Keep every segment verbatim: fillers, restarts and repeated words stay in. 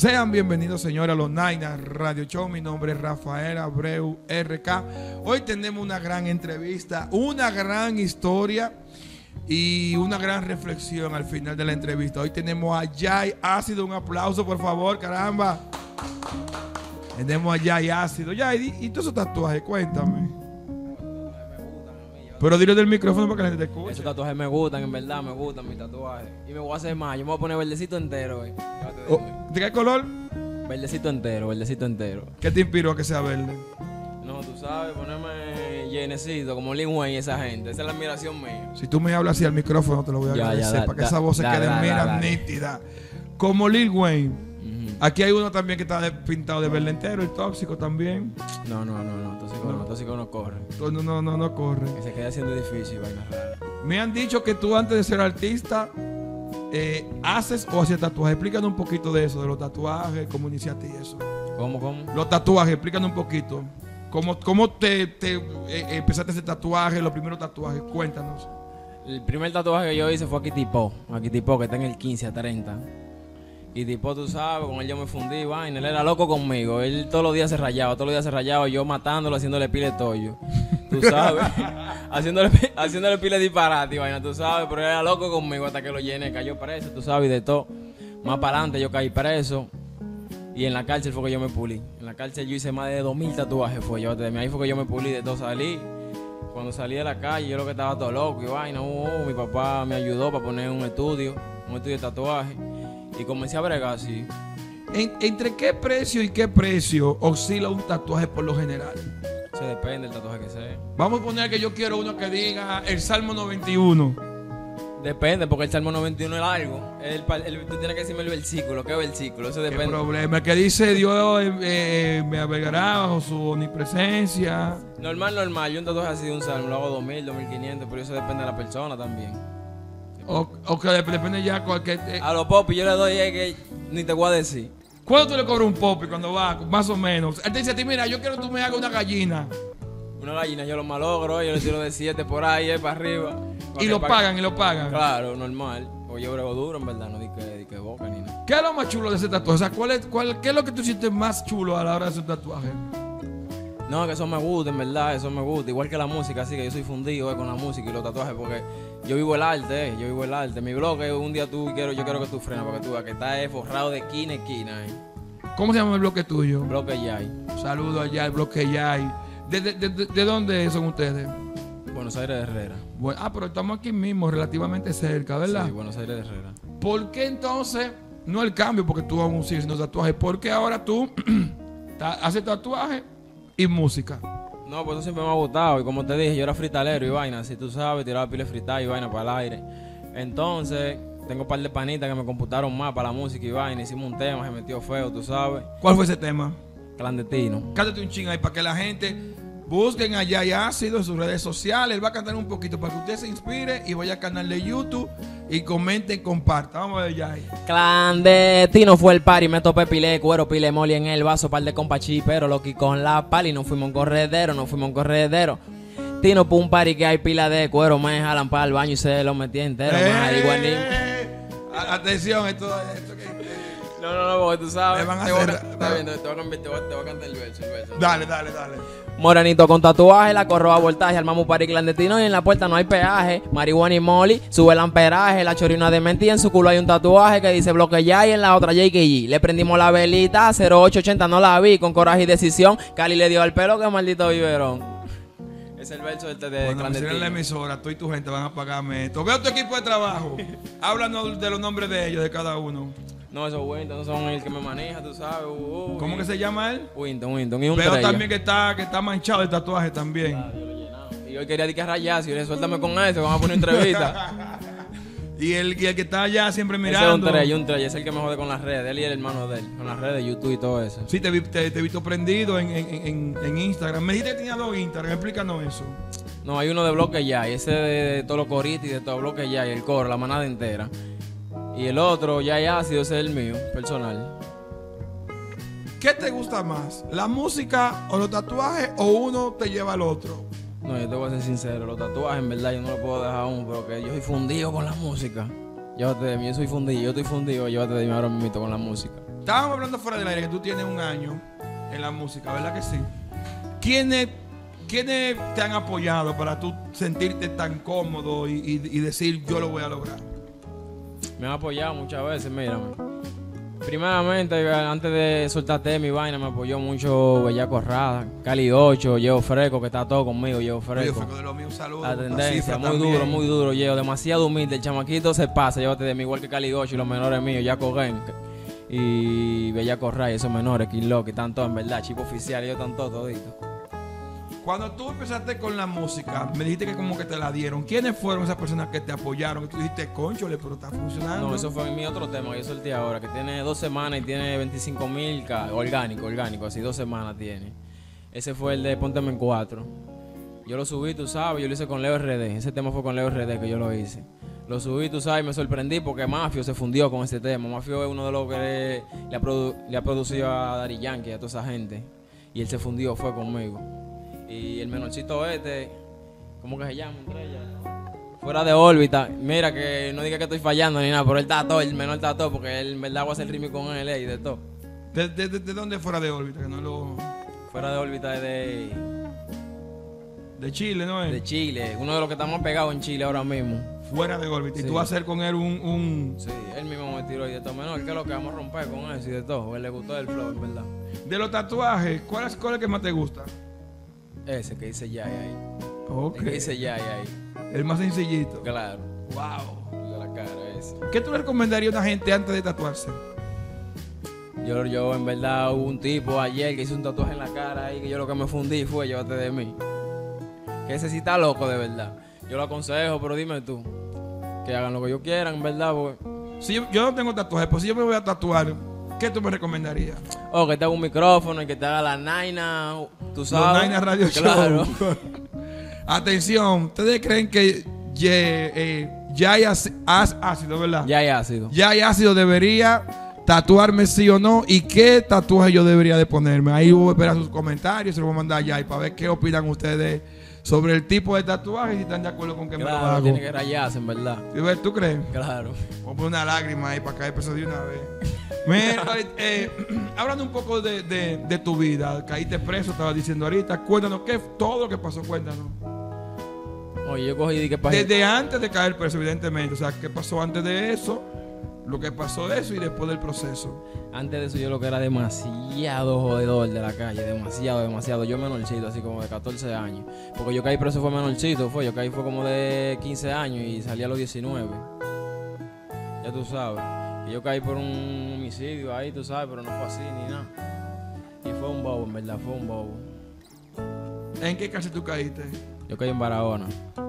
Sean bienvenidos, señores, a los Naina Radio Show. Mi nombre es Rafael Abreu R K. Hoy tenemos una gran entrevista, una gran historia y una gran reflexión al final de la entrevista. Hoy tenemos a Jay Ácido. Un aplauso, por favor, caramba. Tenemos a Jay Ácido. Jay, ¿y todos esos tatuajes? Cuéntame. Pero dile del micrófono para que la gente te escuche. Esos tatuajes me gustan, en verdad, me gustan mis tatuajes. Y me voy a hacer más, yo me voy a poner verdecito entero, eh. Oh, ¿de qué color? Verdecito entero, verdecito entero. ¿Qué te inspiró a que sea verde? No, tú sabes, ponerme llenecito, como Lil Wayne y esa gente. Esa es la admiración mía. Si tú me hablas así al micrófono, te lo voy a Ya, agradecer ya, da, para que da, esa voz se da, quede, da, mira, da, da. nítida. Como Lil Wayne. Uh-huh. Aquí hay uno también que está de- pintado de verde entero, el tóxico también. No, no, no, no, tóxico no, No. tóxico no corre. No, no, no, no corre. Que se quede haciendo difícil, vaina rara. Me han dicho que tú antes de ser artista eh, haces o hacías tatuajes. Explícanos un poquito de eso, de los tatuajes, cómo iniciaste y eso. ¿Cómo, cómo? Los tatuajes, explícanos un poquito. ¿Cómo, cómo te, te, eh, empezaste a hacer tatuajes, los primeros tatuajes? Cuéntanos. El primer tatuaje que yo hice fue aquí tipo, aquí tipo que está en el quince a treinta. Y tipo, tú sabes, con él yo me fundí, vaina, él era loco conmigo, él todos los días se rayaba, todos los días se rayaba, yo matándolo, haciéndole pile de tollo, tú sabes, haciéndole, haciéndole pile de disparate, vaina, tú sabes, pero él era loco conmigo hasta que lo llené, cayó preso, tú sabes, y de todo. Más para adelante yo caí preso y en la cárcel fue que yo me pulí. En la cárcel yo hice más de dos mil tatuajes, fue yo, ahí fue que yo me pulí, de todo salí. Cuando salí de la calle, yo lo que estaba todo loco y vaina, uh, uh, mi papá me ayudó para poner un estudio, un estudio de tatuaje. Y comencé a bregar así. ¿En- ¿Entre qué precio y qué precio oscila un tatuaje por lo general? Se depende del tatuaje que sea. Vamos a poner que yo quiero uno que diga el Salmo noventa y uno. Depende, porque el Salmo noventa y uno es largo. El, pa- el- tú tienes que decirme el versículo. ¿Qué versículo? Eso ¿Qué depende. problema? El que dice Dios eh, eh, me albergará bajo su omnipresencia. Normal, normal. Yo un tatuaje así de un salmo lo hago dos mil, dos mil quinientos, pero eso depende de la persona también. O, o que dep- depende ya cualquier... eh, A los popis yo le doy es que ni te voy a decir. ¿Cuánto tú le cobras un popi cuando va? Más o menos. Él te dice a ti, mira, yo quiero que tú me hagas una gallina. Una gallina yo lo malogro, yo le tiro de siete por ahí, eh, para arriba. Y lo pagan, y lo pagan. Claro, normal. O yo brego duro, en verdad, no di que, di que boca ni nada. ¿Qué es lo más chulo de ese tatuaje? O sea, ¿cuál es, cuál, ¿qué es lo que tú sientes más chulo a la hora de hacer un tatuaje? No, que eso me gusta, en verdad, eso me gusta. Igual que la música, así que yo soy fundido eh, con la música y los tatuajes, porque yo vivo el arte, eh, yo vivo el arte. Mi blog, eh, un día tú quiero, yo quiero que tú frenes, porque tú veas que está eh, forrado de esquina a esquina. Eh. ¿Cómo se llama el bloque tuyo? Bloque ya hay. Saludos allá, el bloque ya hay. ¿De, de, de, de- de dónde son ustedes? Buenos Aires de Herrera. Bueno, ah, pero estamos aquí mismo, relativamente cerca, ¿verdad? Sí, Buenos Aires de Herrera. ¿Por qué entonces, no el cambio, porque tú aún sigues haciendo tatuajes, ¿por qué ahora tú ta- haces tatuajes y música? No, pues eso siempre me ha gustado. Y como te dije, yo era fritalero y vaina. Si tú sabes, tiraba pile frital y vaina para el aire. Entonces, tengo un par de panitas que me computaron más para la música y vaina. Hicimos un tema, se metió feo, tú sabes. ¿Cuál fue ese tema? Clandestino. Cántate un ching ahí para que la gente busquen a Jay Ácido en sus redes sociales. Él va a cantar un poquito para que usted se inspire y vaya al canal de YouTube y comenten, compartan. Vamos a ver Jay. Clandestino fue el party, me topé pile de cuero, pile moli en el vaso, par de compachí, pero loqui con la pali, nos fuimos a un corredero, nos fuimos a un corredero. Tino pa' un party que hay pila de cuero, me jalan para el baño y se lo metí entero, Eh, marihuaní. a- Atención, esto, esto que... No, no, no, porque tú sabes. Me van a te voy hacer- Está bien, te voy a cambiar, te voy a, te voy a cantar el verso, el verso. Dale, dale, dale. Morenito con tatuaje, la corro a voltaje, armamos un party clandestino y en la puerta no hay peaje. Marihuana y molly, sube el amperaje, la chorina de mentira, en su culo hay un tatuaje que dice bloque ya y en la otra J K G. Le prendimos la velita, cero ocho ochenta no la vi, con coraje y decisión. Cali le dio al pelo, que maldito biberón. Es el verso del de, de Cuando me cierren la clandestino. emisora, tú y tu gente van a pagarme esto. Veo tu equipo de trabajo. Háblanos de los nombres de ellos, de cada uno. No, esos Winton no son el que me maneja, tú sabes. Uh, uh, ¿Cómo que se llama él? Winton, Winton. Y un Veo trella. también que está, que está manchado de tatuaje también. Ah, yo lo he llenado. Y hoy quería decir que rayas, y yo le suéltame con eso, vamos a poner entrevista. Y el, y el que está allá siempre Ese es un mirando. trella, un trella, es el que me jode con las redes, él y el hermano de él, con las redes de YouTube y todo eso. Sí, te, vi- te, te he visto prendido en, en, en, en Instagram. Me dijiste que tenía dos Instagram, explícanos eso. No, hay uno de bloque ya, y ese de, de todos los coritos y de todo bloque ya, y el coro, la manada entera. Y el otro, ya hay ácido, ese es el mío, personal. ¿Qué te gusta más? ¿La música o los tatuajes o uno te lleva al otro? No, yo te voy a ser sincero, los tatuajes en verdad yo no los puedo dejar aún, pero que yo soy fundido con la música. Llévate de mí, yo soy fundido, yo estoy fundido, llévate de mí ahora mismo con la música. Estábamos hablando fuera del aire que tú tienes un año en la música, ¿verdad que sí? ¿Quiénes, quiénes te han apoyado para tú sentirte tan cómodo y, y, y decir yo lo voy a lograr? Me han apoyado muchas veces, mírame. Primeramente, antes de soltarte mi vaina, me apoyó mucho Bellaco Rada, Cali ocho, Yeo Fresco, que está todo conmigo, Yeo Fresco. Fresco de lo mío, un saludo. La tendencia, muy también. duro, muy duro, Yeo, demasiado humilde. El chamaquito se pasa, llévate de mí, igual que Cali ocho y los menores míos, Yaco Gen y Bellaco Rada, esos menores, Kilo, que están todos, en verdad, Chipo Oficial, ellos están todos toditos. Cuando tú empezaste con la música, me dijiste que como que te la dieron. ¿Quiénes fueron esas personas que te apoyaron? Y tú dijiste, conchole, pero está funcionando. No, eso fue mi otro tema que yo solté ahora, que tiene dos semanas y tiene veinticinco mil orgánico, orgánico, así dos semanas tiene. Ese fue el de Pónteme en Cuatro. Yo lo subí, tú sabes, yo lo hice con Leo R D. Ese tema fue con Leo R D que yo lo hice. Lo subí, tú sabes, y me sorprendí porque Mafio se fundió con ese tema. Mafio es uno de los que le, le, ha, produ le ha producido a Daddy Yankee, a toda esa gente. Y él se fundió, fue conmigo. Y el menorcito este, ¿cómo que se llama? Fuera de órbita. Mira que no diga que estoy fallando ni nada, pero él está todo, el menor está todo, porque él en verdad va a hacer el ritmo con él y de todo. ¿De, de, de, de dónde fuera de órbita? Que no lo... Fuera de órbita es de... De Chile, ¿no es? De Chile, uno de los que estamos pegados en Chile ahora mismo. Fuera de órbita. Sí. Y tú vas a hacer con él un, un... Sí, él mismo me tiró y de todo menor, que es lo que vamos a romper con eso y de todo. Él le gustó el flow, en verdad. De los tatuajes, ¿cuál es, cuál es el que más te gusta? Ese que dice Yay ahí. Ok. El que dice Yay ahí. El más sencillito. Claro. Wow. De la cara ese. ¿Qué tú le recomendarías a una gente antes de tatuarse? Yo, yo en verdad hubo un tipo ayer que hizo un tatuaje en la cara ahí que yo lo que me fundí fue llévate de mí. Que ese sí está loco de verdad. Yo lo aconsejo, pero dime tú. Que hagan lo que yo quieran, en verdad. Porque... Si yo, yo no tengo tatuaje, pues si yo me voy a tatuar, ¿qué tú me recomendarías? Oh, que te haga un micrófono y que te haga la Naina, tú sabes. La Naina Radio claro. Show. Atención, ¿ustedes creen que ya eh, hay ácido, verdad? Ya hay ácido. Ya hay ácido, debería tatuarme sí o no. ¿Y qué tatuaje yo debería de ponerme? Ahí voy a esperar sus comentarios, se los voy a mandar allá y para ver qué opinan ustedes sobre el tipo de tatuaje y si están de acuerdo con que claro, me lo hago. Tiene que rayarse, en verdad. ¿Tú crees? Claro. Vamos a poner una lágrima ahí para caer preso de una vez. Mira, eh, hablando un poco de, de, de tu vida, caíste preso, estaba diciendo ahorita, cuéntanos qué todo lo que pasó, cuéntanos. Oye, yo cogí y dije, ¿para desde antes de caer preso, evidentemente, o sea, qué pasó antes de eso, lo que pasó de eso y después del proceso. Antes de eso yo lo que era demasiado jodedor de la calle, demasiado, demasiado. Yo menorcito, así como de catorce años. Porque yo caí preso fue menorcito, fue, yo caí fue como de quince años y salí a los diecinueve. Ya tú sabes. Y yo caí por un homicidio ahí, tú sabes, pero no fue así ni nada. Y fue un bobo, en verdad, fue un bobo. ¿En qué cárcel tú caíste? Yo caí en Barahona.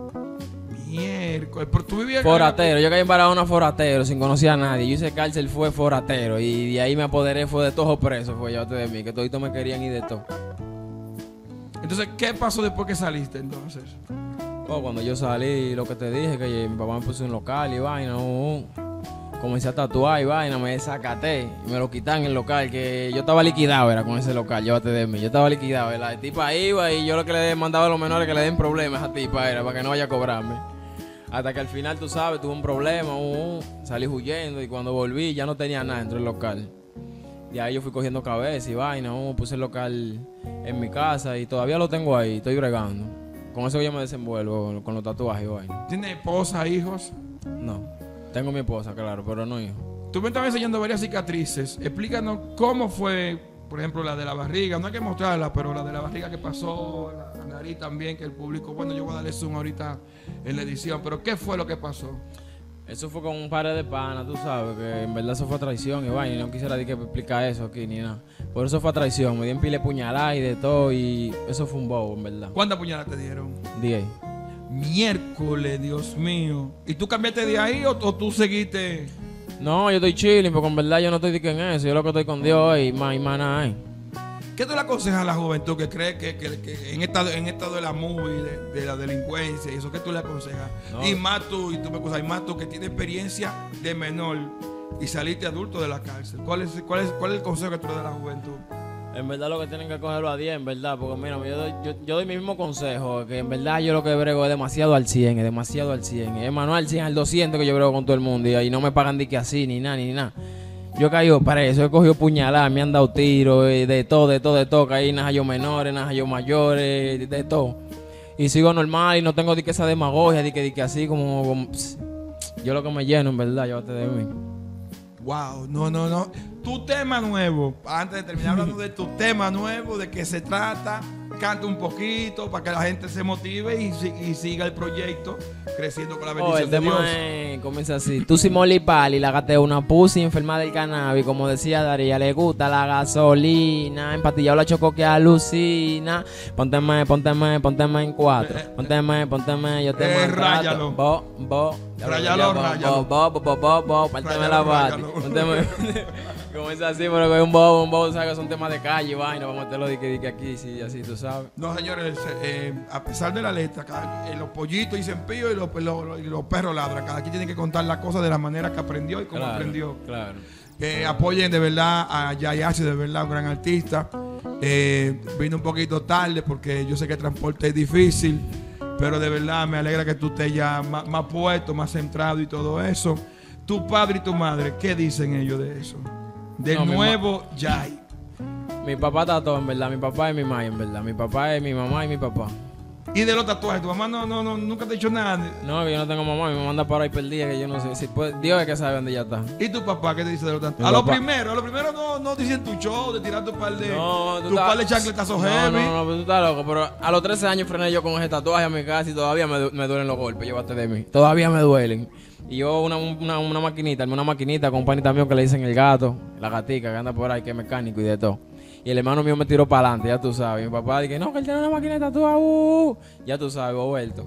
Miércoles, pero tú vivías... Foratero, yo caí en Barahona foratero, sin conocer a nadie. Yo hice cárcel, fue foratero. Y de ahí me apoderé, fue de todos los presos, fue llévate de mí, que toditos me querían y de todo. Entonces, ¿qué pasó después que saliste entonces? Oh, cuando yo salí, lo que te dije, que mi papá me puso un local y vaina, uh, uh. Comencé a tatuar y vaina, me desacaté y me lo quitaron en el local, que yo estaba liquidado, era con ese local, llévate de mí, yo estaba liquidado, la tipa iba y yo lo que le mandaba a los menores que le den problemas a esa tipa era para que no vaya a cobrarme. Hasta que al final, tú sabes, tuve un problema, uh, uh, salí huyendo y cuando volví ya no tenía nada dentro del local. De ahí yo fui cogiendo cabeza y vaina, uh, puse el local en mi casa y todavía lo tengo ahí, estoy bregando. Con eso yo me desenvuelvo, con los tatuajes y vaina. ¿Tienes esposa, hijos? No. Tengo mi esposa, claro, pero no hijo. Tú me estabas enseñando varias cicatrices. Explícanos cómo fue, por ejemplo, la de la barriga. No hay que mostrarla, pero la de la barriga que pasó, la nariz también, que el público... Bueno, yo voy a darle zoom ahorita en la edición, pero ¿qué fue lo que pasó? Eso fue con un par de panas, tú sabes, que en verdad eso fue traición y vaina, y no quisiera que explicar eso aquí ni nada. Por eso fue traición, me dieron pile puñalada y de todo, y eso fue un bobo, en verdad. ¿Cuántas puñaladas te dieron? diez. Miércoles, Dios mío. ¿Y tú cambiaste de ahí o, o tú seguiste? No, yo estoy chilling, porque en verdad yo no estoy en eso. Yo lo que estoy con Dios y más y más nada hay. ¿Qué tú le aconsejas a la juventud que cree que, que, que en esta en esta de la movie, de, de la delincuencia y eso, qué tú le aconsejas? No. Y más tú, y tú me acusas, y más tú que tienes experiencia de menor y saliste adulto de la cárcel. ¿Cuál es, cuál es, cuál es el consejo que tú le das a la juventud? En verdad lo que tienen que cogerlo a diez, en verdad, porque mira, yo doy, yo, yo doy mi mismo consejo, que en verdad yo lo que brego es demasiado al cien, es demasiado al cien. Es manual al cien, al doscientos que yo brego con todo el mundo y ahí no me pagan de que así, ni nada, ni nada. Yo he caído para eso, he cogido puñaladas, me han dado tiros, de todo, de todo, de todo. Caí en yo menores, en yo mayores, de todo. Y sigo normal y no tengo de que esa demagogia, de que, de que así como, como pss, yo lo que me lleno, en verdad, llévate de mí. Wow, no, no, no. Tu tema nuevo, antes de terminar hablando de tu tema nuevo, de qué se trata, canta un poquito para que la gente se motive y, y siga el proyecto creciendo con la bendición oh, el de tema Dios. es, comienza así. Tú si Molly Pali, la gaté una pussy enferma del cannabis, como decía Daría, le gusta la gasolina, empatillado la choco que alucina. Pónteme, pónteme, pónteme en cuatro. Pónteme, pónteme, yo te Eh, maltrato. ráyalo. Bo, bo. Ráyalo, ráyalo. Bo, bo, bo, bo, bo, pónteme la bati. Pónteme. Comienza así, pero que es un bobo, un bobo, ¿sabes? Son temas de calle, vaina, vamos a meterlo de que, de que aquí, sí, así, tú sabes. No, señores, eh, a pesar de la letra, cada- eh, los pollitos dicen pío y los, los, y los perros ladran. Cada quien tiene que contar las cosas de la manera que aprendió y cómo Claro, aprendió. claro. Que apoyen de verdad a Yayashi, de verdad, un gran artista. Eh, vino un poquito tarde porque yo sé que el transporte es difícil, pero de verdad me alegra que tú estés ya más, más puesto, más centrado y todo eso. Tu padre y tu madre, ¿qué dicen ellos de eso? Del No, mi nuevo Yay. Mi papá está todo, en verdad. Mi papá y mi mamá, en verdad. Mi papá es mi mamá y mi papá. Y de los tatuajes, tu mamá no, no, no, nunca te ha dicho nada. No, que yo no tengo mamá. Mi mamá anda por ahí perdida, que yo no sé. Si puede, Dios es que sabe dónde ella está. ¿Y tu papá qué te dice de los tatuajes? Mi A lo papá. primero, a lo primero no, no dicen tu show, de tirar tu par de, No, tú tu estás- par de chancletazos No, heavy. no, no, pero tú estás loco. Pero a los trece años frené yo con ese tatuaje a mi casa y todavía me, du- me duelen los golpes. Llévate de mí. Todavía me duelen. Y yo una, una, una maquinita, armé una maquinita con un panita mío que le dicen el gato, la gatica que anda por ahí, que es mecánico y de todo. Y el hermano mío me tiró para adelante, ya tú sabes. Y mi papá dije, no, que él tiene una máquina de tatuaje. Uh. Ya tú sabes, Roberto.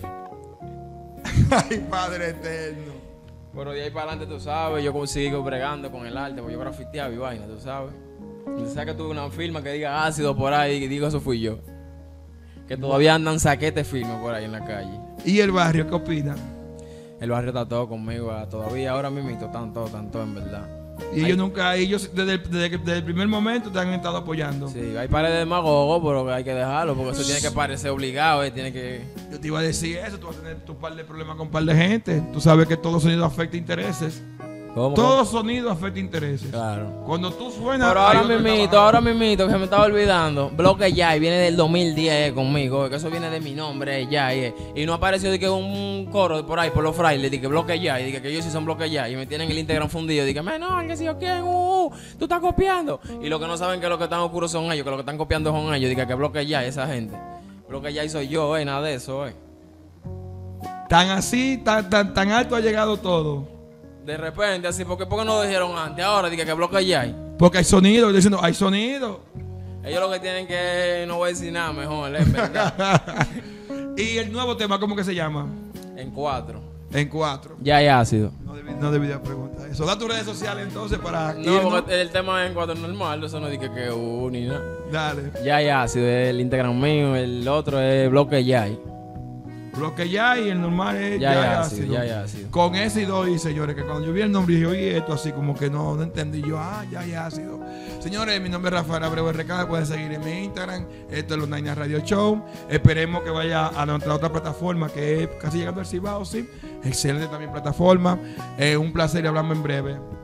Ay, Padre eterno. Pero de ahí para adelante, tú sabes, yo sigo bregando con el arte, porque yo grafiteaba y vaina, tú sabes. Y sabes que tuve una firma que diga ácido por ahí, y digo, eso fui yo. Que todavía andan saquetes firmes por ahí en la calle. ¿Y el barrio qué opina? El barrio está todo conmigo, ah, todavía ahora mismo están todos, están todos en verdad. Y ellos nunca, ellos desde el, desde, que- desde el primer momento te han estado apoyando. Sí, hay pares de demagogos, pero que hay que dejarlo, porque eso tiene que parecer obligado, eh, tiene que... Yo te iba a decir eso, tú vas a tener tu par de problemas con un par de gente. Tú sabes que todo sonido afecta intereses. ¿Cómo? Todo sonido afecta intereses. Claro. Cuando tú suenas... Pero hay ahora otro que está mismito, bajando. ahora mismito, que se me estaba olvidando. Bloque Yay viene del dos mil diez conmigo, que eso viene de mi nombre, Yay. eh. Y no apareció de que un coro por ahí, por los frailes, de que Bloque Yay, de que ellos sí son Bloque Yay. Y me tienen el Instagram fundido, de que, no, que si yo quién, uh, uh, tú estás copiando. Y lo que no saben que lo que están oscuros son ellos, que lo que están copiando son ellos, de que, que Bloque Yay, esa gente. Bloque Yay soy yo, eh, nada de eso, eh. Tan así, tan, tan, tan alto ha llegado todo. De repente, así, porque ¿por qué no lo dijeron antes? Ahora, de que, que Bloque Yay. Porque hay sonido, estoy diciendo, hay sonido. Ellos lo que tienen que, no voy a decir nada mejor, es verdad. Y el nuevo tema, ¿cómo que se llama? En cuatro. En cuatro. Ya hay ácido. No debí, no debí de preguntar eso. Da tus redes sociales entonces para No, irnos. porque el tema es en cuatro normal, eso no dice que uh, ni nada. Dale. Ya hay ácido, es el Instagram mío, el otro es bloque Yay. Bloque ya y el normal es Ya ya, hay y ácido, ácido. ya hay ácido. Con ese y dos, y señores, que cuando yo vi el nombre dije, oye, esto así como que no, no entendí. Yo, ah, ya hay ácido. Señores, mi nombre es Rafael Abreu R K, me pueden seguir en mi Instagram. Esto es Los Nainas Radio Show. Esperemos que vaya a nuestra otra plataforma, que es casi llegando al Cibao, sí. Excelente también plataforma. Es un placer y hablamos en breve.